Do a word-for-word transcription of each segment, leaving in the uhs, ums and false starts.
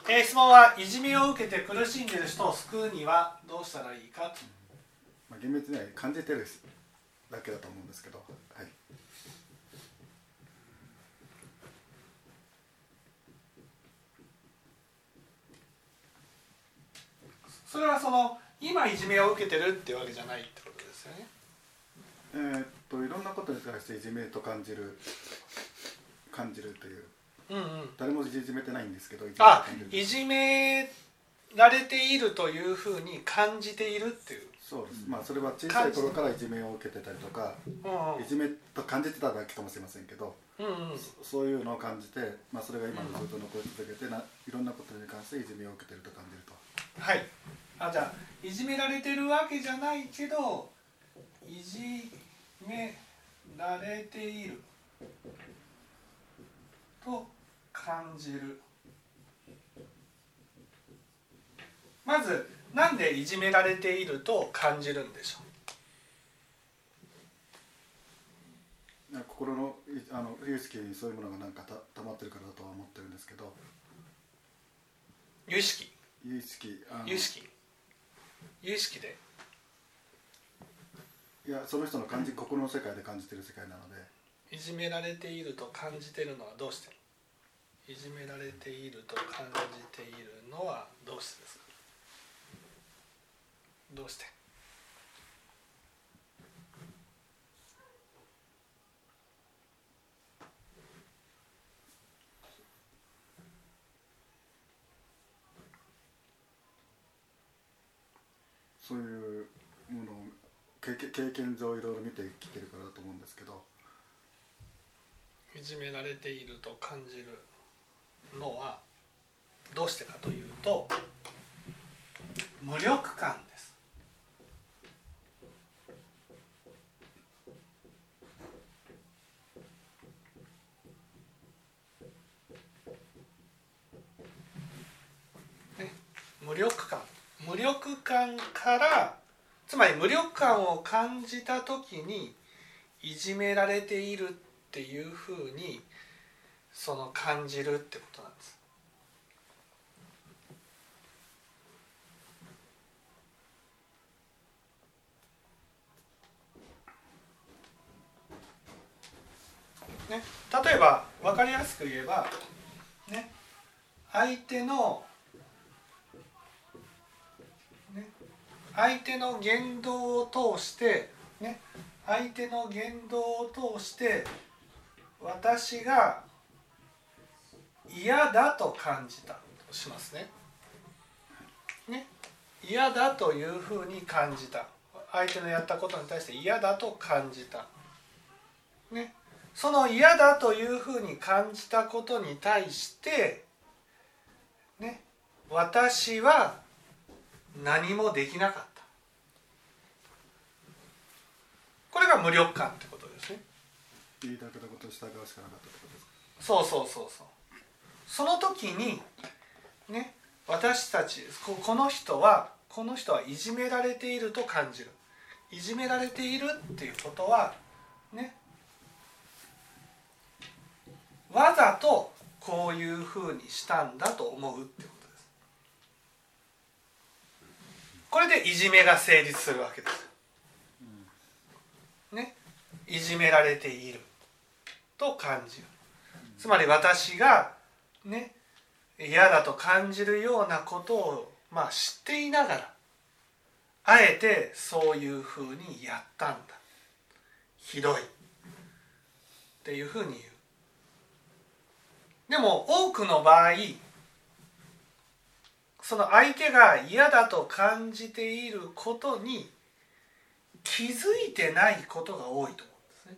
えー、質問は、いじめを受けて苦しんでいる人を救うにはどうしたらいいか。 まあ、厳密には感じてるだけだと思うんですけど、はい、 それはその今いじめを受けてるっていうわけじゃないってことですよね。 えー、っといろんなことに対していじめと感じる感じるという、うんうん、誰もいじめてないんですけど、いじめあいじめられているというふうに感じているっていう。 そうです、まあ、それは小さい頃からいじめを受けてたりとか、うんうん、いじめと感じてただけかもしれませんけど、うんうん、そ, そういうのを感じて、まあ、それが今のずっと残り続けてな、いろんなことに関していじめを受けていると感じると。 はい、あじゃあいじめられてるわけじゃないけどいじめられていると感じる。まずなんでいじめられていると感じるんでしょう。心のあの有意識にそういうものがなんかた溜まってるからだとは思ってるんですけど。 有意識有意識あの有意識有意識でいやその人の感じ、心の世界で感じてる世界なので。 いじめられていると感じているのはどうして？いじめられていると感じているのはどうしてですか？どうして？ そういうものを経験上いろいろ見てきてるからだと思うんですけど。 いじめられていると感じるのはどうしてかというと、無力感です。ね、無力感無力感から、つまり無力感を感じたときにいじめられているっていうふうにその感じるってことなんです。ね、例えば分かりやすく言えば、ね、相手の、ね、相手の言動を通して、ね、相手の言動を通して私が嫌だと感じたとしますね。ね、嫌だというふうに感じた。相手のやったことに対して嫌だと感じた。ね、その嫌だというふうに感じたことに対して、ね、私は何もできなかった。これが無力感ってことですね。 言いたくなことを従うしかなかったってことですか。 そうそうそうそう。その時にね、私たちこの人はこの人はいじめられていると感じる。いじめられているっていうことはね、わざとこういうふうにしたんだと思うってことです。これでいじめが成立するわけです。ね、いじめられていると感じる。つまり私がね、嫌だと感じるようなことを、まあ、知っていながらあえてそういうふうにやったんだ、ひどいっていうふうに言う。でも多くの場合その相手が嫌だと感じていることに気づいてないことが多いと思うんですね。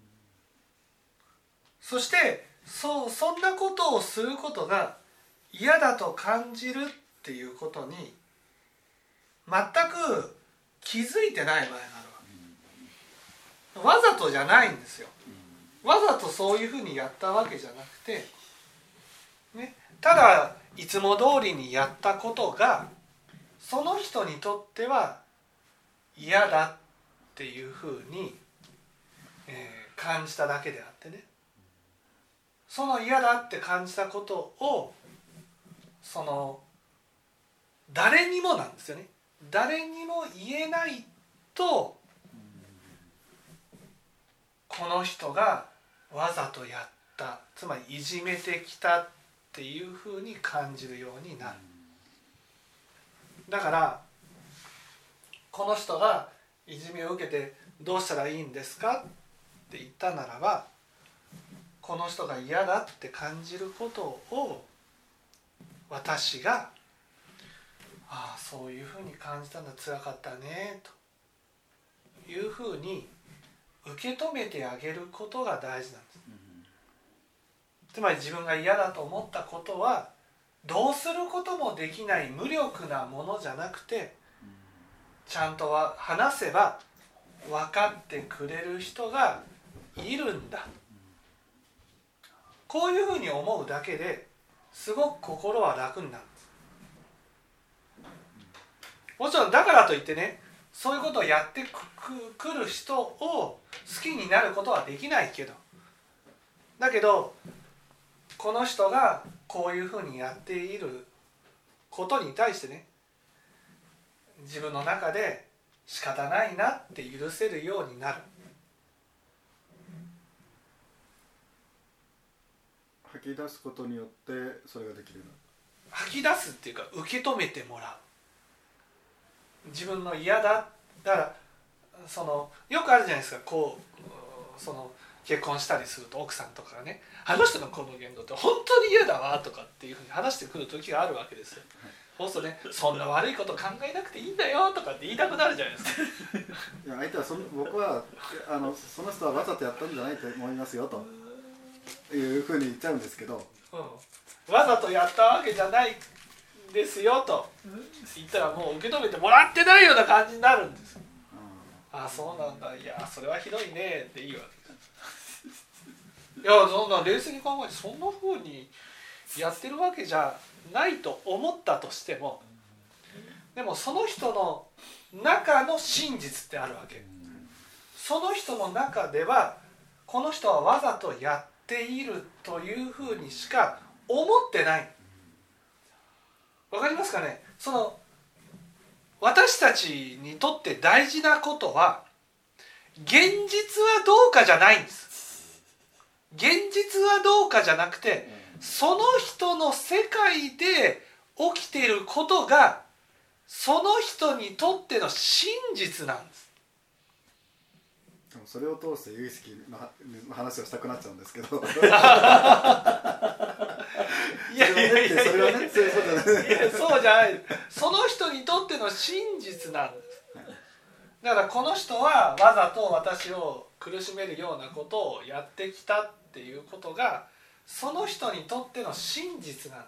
そしてそうそんなことをすることが嫌だと感じるっていうことに全く気づいてない場合があるわけ。わざとじゃないんですよ。わざとそういうふうにやったわけじゃなくて、ね、ただいつも通りにやったことがその人にとっては嫌だっていうふうに、えー、感じただけであってね、その嫌だって感じたことをその誰にもなんですよね。誰にも言えないとこの人がわざとやった、つまりいじめてきたっていうふうに感じるようになる。だからこの人がいじめを受けてどうしたらいいんですかって言ったならば、この人が嫌だって感じることを私がああそういうふうに感じたんだ、辛かったねというふうに受け止めてあげることが大事なんです。つまり自分が嫌だと思ったことはどうすることもできない無力なものじゃなくて、ちゃんとは話せば分かってくれる人がいるんだ、こういうふうに思うだけですごく心は楽になる。もちろんだからといってね、そういうことをやってくる人を好きになることはできないけど、だけどこの人がこういうふうにやっていることに対してね、自分の中で仕方ないなって許せるようになる。 吐き出すことによってそれができる。 吐き出すっていうか受け止めてもらう。自分の嫌だ、だからそのよくあるじゃないですか、こうその結婚したりすると奥さんとかがね、あの人のこの言動って本当に嫌だわとかっていうふうに話してくる時があるわけですよ。そうするとね、そんな悪いこと考えなくていいんだよとかって言いたくなるじゃないですか。 いや相手はその僕はあのその人はわざとやったんじゃないと思いますよというふうに言っちゃうんですけど、 うん、わざとやったわけじゃないですよと言ったらもう受け止めてもらってないような感じになるんです。うん、ああそうなんだ、いやそれはひどいねっていいわけです。いやそんな冷静に考えてそんな風にやってるわけじゃないと思ったとしても、でもその人の中の真実ってあるわけ。その人の中ではこの人はわざとやっているというふうにしか思ってない。わかりますかね。その私たちにとって大事なことは現実はどうかじゃないんです。現実はどうかじゃなくて、その人の世界で起きていることがその人にとっての真実なんです。 でもそれを通して有意識の話をしたくなっちゃうんですけどいやいやいやいやいやそうじゃない。その人にとっての真実なんです。だからこの人はわざと私を苦しめるようなことをやってきたっていうことがその人にとっての真実なんです。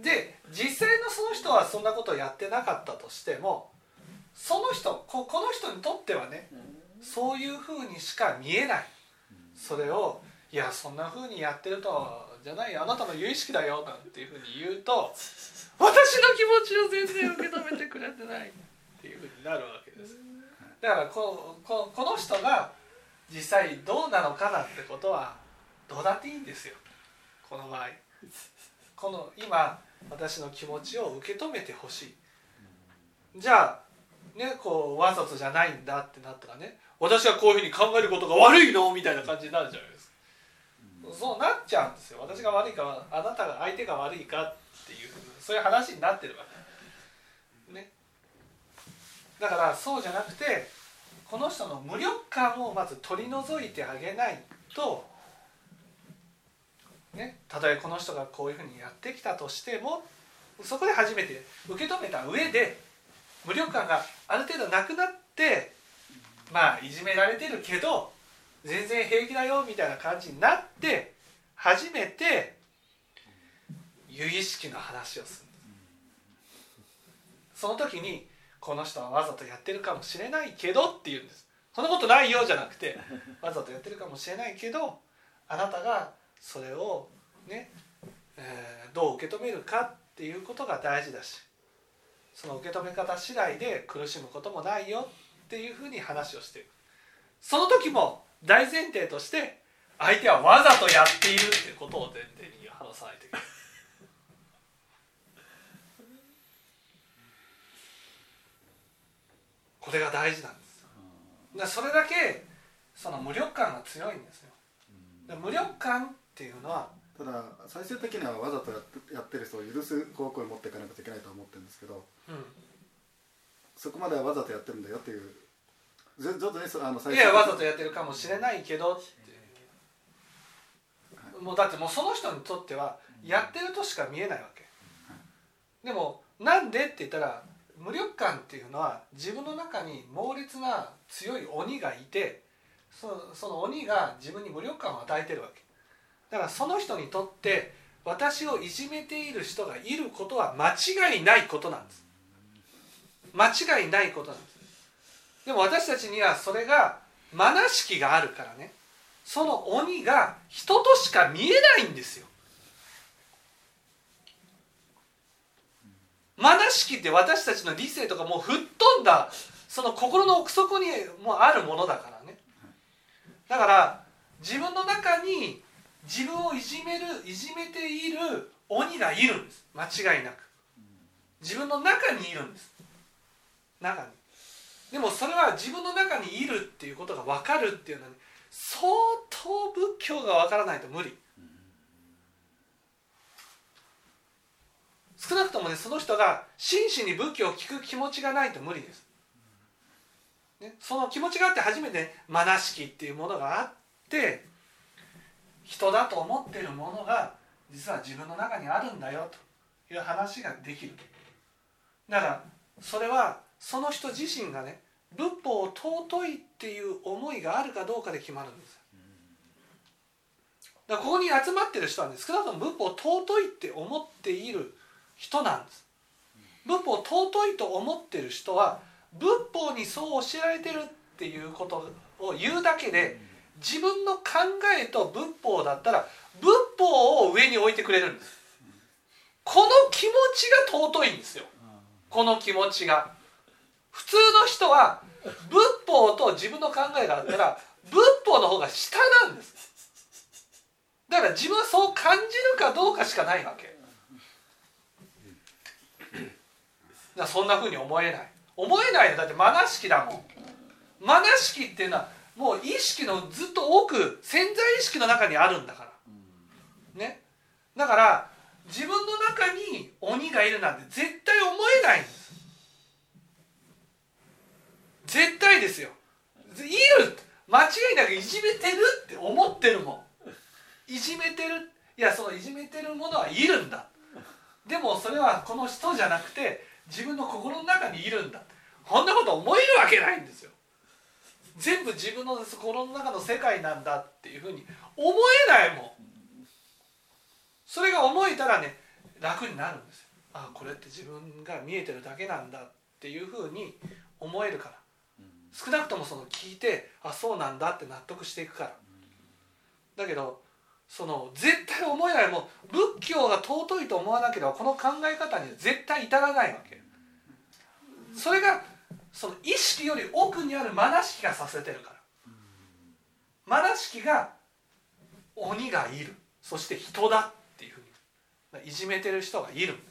で実際のその人はそんなことをやってなかったとしても、その人 こ, この人にとってはね、そういうふうにしか見えない。それをいやそんなふうにやってるとじゃないよ、あなたの有意識だよなんていうふうに言うと、私の気持ちを全然受け止めてくれてないっていうふうになるわけです。だから こ, こ, この人が実際どうなのかなってことはどうだっていいんですよ。この場合この今私の気持ちを受け止めてほしい。じゃあね、こうわざとじゃないんだってなったらね、私はこういうふうに考えることが悪いのみたいな感じになるじゃないですか。そうなっちゃうんですよ。私が悪いかあなたが相手が悪いかっていうそういう話になってるわけね。だからそうじゃなくて、この人の無力感をまず取り除いてあげないとね、たとえこの人がこういうふうにやってきたとしても、そこで初めて受け止めた上で無力感がある程度なくなって、まあいじめられてるけど全然平気だよみたいな感じになって初めて有意識の話をする。その時にこの人はわざとやってるかもしれないけどって言うんです。そんなことないよじゃなくて、わざとやってるかもしれないけどあなたがそれをね、えー、どう受け止めるかっていうことが大事だし、その受け止め方次第で苦しむこともないよっていうふうに話をしている。その時も大前提として相手はわざとやっているっていうことを前提に話さないといけない。 これが大事なんです。だそれだけその無力感が強いんですよ。で無力感っていうのはただ最終的にはわざとやって、やってる人を許す方向に持っていかなくちゃいけないと思ってるんですけど、うん、そこまではわざとやってるんだよっていうちょっとねあの最初いやわざとやってるかもしれないけどっていう、はい、もうだってもうその人にとってはやってるとしか見えないわけ、はい、でもなんでって言ったら無力感っていうのは自分の中に猛烈な強い鬼がいて そ, その鬼が自分に無力感を与えてるわけだからその人にとって私をいじめている人がいることは間違いないことなんです。間違いないことなんです。でも私たちにはそれが愛しきがあるからね、その鬼が人としか見えないんですよ。愛しきって私たちの理性とかもう吹っ飛んだその心の奥底にもあるものだからね。だから自分の中に自分をいじめるいじめている鬼がいるんです。間違いなく自分の中にいるんです。中にでもそれは自分の中にいるっていうことが分かるっていうのは、ね、相当仏教が分からないと無理。少なくともねその人が真摯に仏教を聞く気持ちがないと無理です、ね、その気持ちがあって初めて愛しきっていうものがあって人だと思っているものが実は自分の中にあるんだよという話ができる。だからそれはその人自身がね仏法を尊いっていう思いがあるかどうかで決まるんです。だからここに集まってる人はね少なくとも仏法を尊いって思っている人なんです。仏法を尊いと思っている人は仏法にそう教えられてるっていうことを言うだけで自分の考えと仏法だったら仏法を上に置いてくれるんです。この気持ちが尊いんですよ。この気持ちが普通の人は仏法と自分の考えがあったら仏法の方が下なんです。だから自分はそう感じるかどうかしかないわけ。だからそんな風に思えない思えないのだって愛しきだもん。愛しきっていうのはもう意識のずっと奥潜在意識の中にあるんだからね。だから自分の中に鬼がいるなんて絶対思えないんです。絶対ですよ。いる間違いなくいじめてるって思ってるもん。いじめてるいやそのいじめてるものはいるんだ。でもそれはこの人じゃなくて自分の心の中にいるんだ。こんなこと思えるわけないんですよ。全部自分の心の中の世界なんだっていうふうに思えないもん。それが思えたらね楽になるんですよ。あこれって自分が見えてるだけなんだっていうふうに思えるから。少なくともその聞いてあそうなんだって納得していくから。だけどその絶対思えないもう仏教が尊いと思わなければこの考え方には絶対至らないわけ。それがその意識より奥にある愛しきがさせてるから。愛しきが鬼がいるそして人だっていうふうにいじめてる人がいるんです。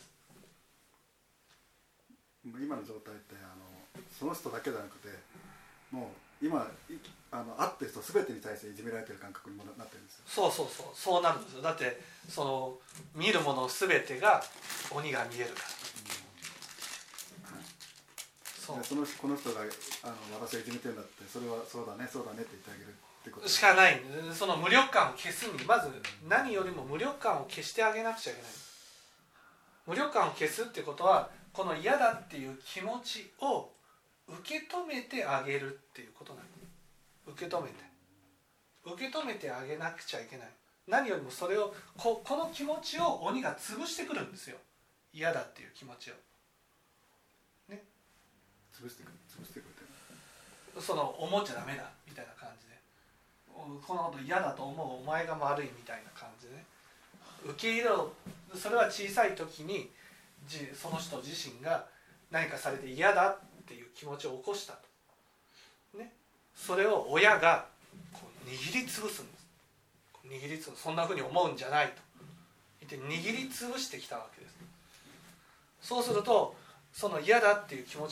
今の状態ってあのその人だけじゃなくてもう今あの会ってる人全てに対していじめられてる感覚にもなってるんですよ。 そうそうそうそうなるんですよ。だってその見るもの全てが鬼が見えるから、 うんはい、そうでそのこの人があの私をいじめてるんだってそれはそうだねそうだねって言ってあげるってことしかない。その無力感を消すにまず何よりも無力感を消してあげなくちゃいけない。無力感を消すってことはこの嫌だっていう気持ちを受け止めてあげるっていうことなんです。受け止めて受け止めてあげなくちゃいけない。何よりもそれを こ, この気持ちを鬼が潰してくるんですよ。嫌だっていう気持ちをね潰してくる潰してくるその思っちゃダメだみたいな感じでこのこと嫌だと思うお前が悪いみたいな感じでね受け入れろ。それは小さい時にその人自身が何かされて嫌だっていう気持ちを起こしたと、ね、それを親がこう握りつぶすんです。握りつぶすそんなふうに思うんじゃないと言って握りつぶしてきたわけです。そうするとその嫌だっていう気持ちが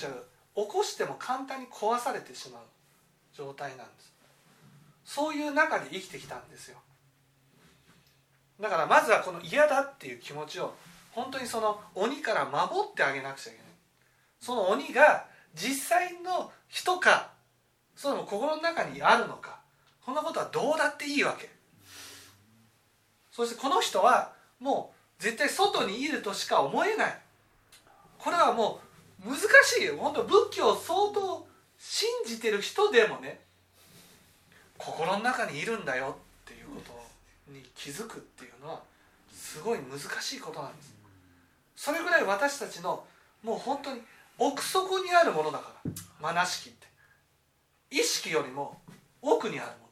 起こしても簡単に壊されてしまう状態なんです。そういう中で生きてきたんですよ。だからまずはこの嫌だっていう気持ちを本当にその鬼から守ってあげなくちゃいけない。その鬼が実際の人か、その心の中にあるのか、そんなことはどうだっていいわけ。そしてこの人はもう絶対外にいるとしか思えない。これはもう難しいよ。本当仏教を相当信じてる人でもね、心の中にいるんだよっていうことに気づくっていうのはすごい難しいことなんです。それぐらい私たちのもう本当に奥底にあるものだから、まなしきって意識よりも奥にあるもの、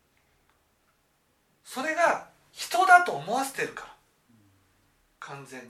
それが人だと思わせてるから、完全に。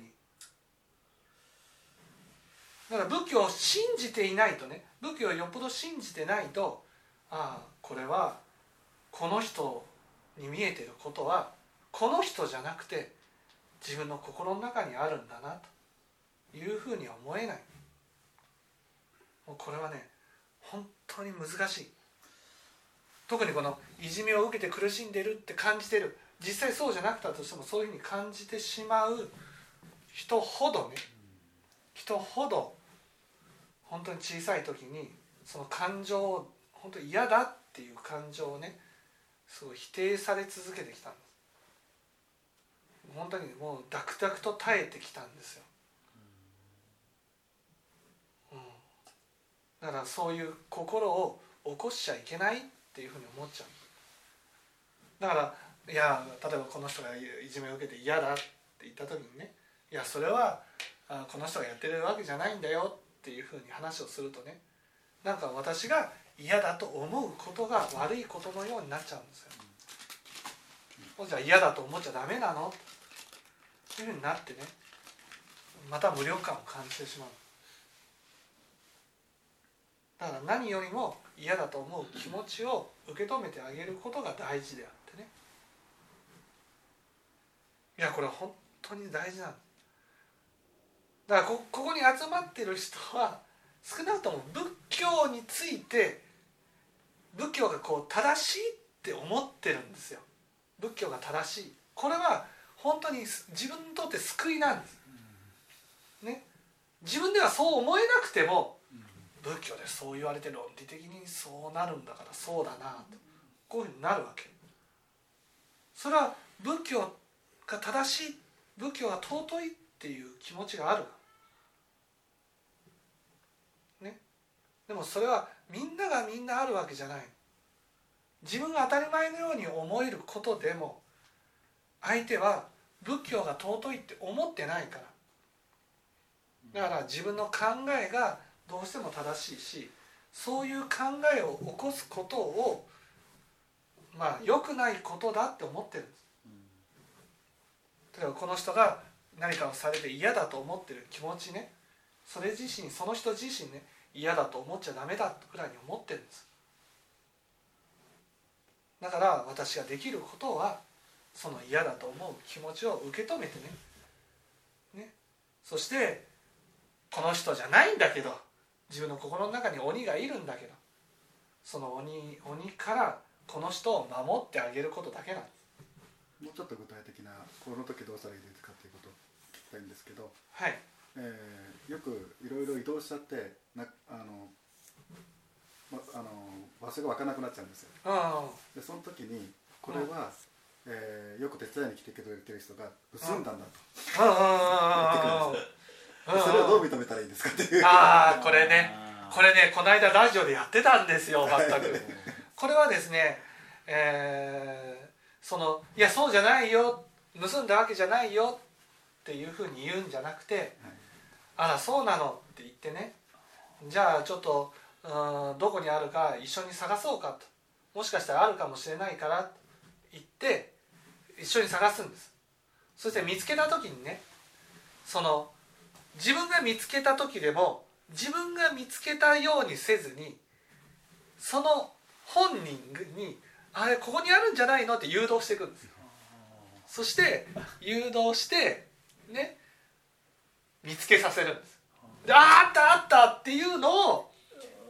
だから仏教を信じていないとね、仏教をよっぽど信じてないと、ああこれはこの人に見えてることはこの人じゃなくて自分の心の中にあるんだなというふうには思えない。もうこれはね本当に難しい。特にこのいじめを受けて苦しんでるって感じてる、実際そうじゃなくたとしてもそういうふうに感じてしまう人ほどね、人ほど本当に小さい時にその感情を本当に嫌だっていう感情をねすごい否定され続けてきたんです。本当にもうダクダクと耐えてきたんですよ、うん、だからそういう心を起こしちゃいけないっていうふうに思っちゃう。だからいや例えばこの人がいじめを受けて嫌だって言った時にね、いやそれはあこの人がやってるわけじゃないんだよっていうふうに話をするとね、なんか私が嫌だと思うことが悪いことのようになっちゃうんですよ。じゃあ嫌だと思っちゃダメなのっていうふうになってね、また無力感を感じてしまう。だから何よりも嫌だと思う気持ちを受け止めてあげることが大事であってね。いやこれは本当に大事なんです。だから こ, ここに集まってる人は少なくとも仏教について仏教がこう正しいって思ってるんですよ。仏教が正しい、これは本当に自分にとって救いなんです、ね、自分ではそう思えなくても仏教でそう言われて論理的にそうなるんだからそうだなとこういうふうになるわけ。それは仏教が正しい、仏教が尊いっていう気持ちがある、ね、でもそれはみんながみんなあるわけじゃない。自分が当たり前のように思えることでも相手は仏教が尊いって思ってないから。だから自分の考えがどうしても正しいし、そういう考えを起こすことをまあ良くないことだって思ってるんです。例えばこの人が何かをされて嫌だと思ってる気持ちね、それ自身その人自身ね嫌だと思っちゃダメだぐらいに思ってるんです。だから私ができることはその嫌だと思う気持ちを受け止めてね、ね、そしてこの人じゃないんだけど自分の心の中に鬼がいるんだけど、その 鬼, 鬼からこの人を守ってあげることだけなんです。 もうちょっと具体的なこの時どうしたらいいですかっていうことを聞きたいんですけど、 はい、 えー、よくいろいろ移動しちゃってなあのま、あの場所が湧かなくなっちゃうんですよ。でその時にこれは、えー、よく手伝いに来てくれてる人が盗んだんだと言ってくるんですよ。それをどう認めたらいいんですかっていう。 ああこれねこれねこの間ラジオでやってたんですよ全くこれはですね、えー、そのいやそうじゃないよ盗んだわけじゃないよっていうふうに言うんじゃなくて、はい、あらそうなのって言ってね、じゃあちょっとうんどこにあるか一緒に探そうかと、もしかしたらあるかもしれないからと言って一緒に探すんです。そして見つけた時にね、その自分が見つけた時でも自分が見つけたようにせずにその本人にあれここにあるんじゃないのって誘導していくんですよ。そして誘導してね見つけさせるんです。であったあったっていうのを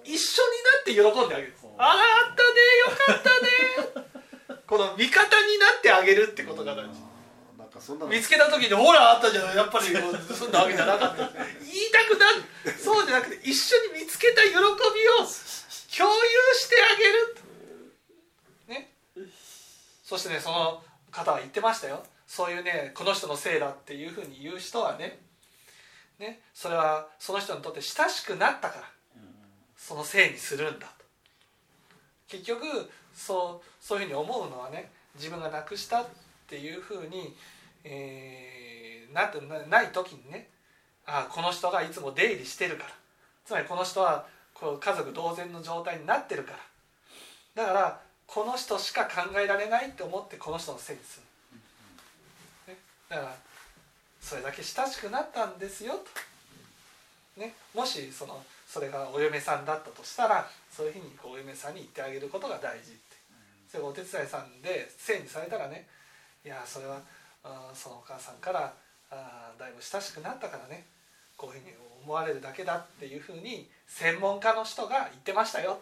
一緒になって喜んであげる。あああったね、よかったねこの味方になってあげるってことが大事。 なんかそんな見つけた時にほらあったじゃない、やっぱりそんなわけじゃなかった言いたくなる。そうじゃなくて一緒に見つけた喜びを共有してあげる、ね、そしてねその方は言ってましたよ。そういうねこの人のせいだっていうふうに言う人はね、ねそれはその人にとって親しくなったからそのせいにするんだと。結局そう、そういうふうに思うのはね自分がなくしたっていうふうに、えー、なってない時にね、あこの人がいつも出入りしてるから、つまりこの人はこう家族同然の状態になってるから、だからこの人しか考えられないって思ってこの人のせいにする、ね、だからそれだけ親しくなったんですよと、ね、もしそのそれがお嫁さんだったとしたらそういうふうにお嫁さんに言ってあげることが大事って。それがお手伝いさんでせいにされたらね、いやそれはあそのお母さんからあだいぶ親しくなったからねこういうふうに思われるだけだっていうふうに専門家の人が言ってましたよ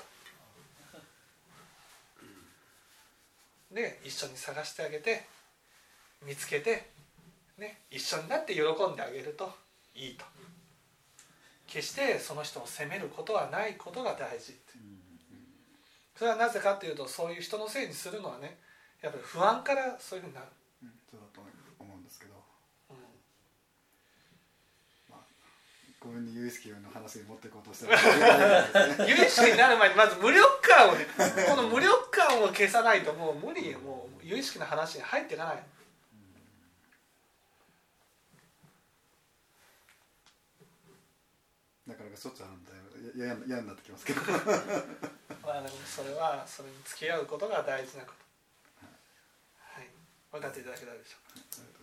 と。で一緒に探してあげて見つけて、ね、一緒になって喜んであげるといいと。決してその人を責めることはないことが大事って。それはなぜかというとそういう人のせいにするのはねやっぱり不安からそういうふうになる、 うん、そうだと思うんですけど、うんまあ、ごめんに有意識の話に持っていこうとしたら有意識になる前にまず無力感をねこの無力感を消さないともう無理、もう有意識の話に入っていかない。 なかなかしょっちゅうあるんで嫌になってきますけどまあでもそれはそれに付き合うことが大事なこと、はい、分かっていただけたでしょうか。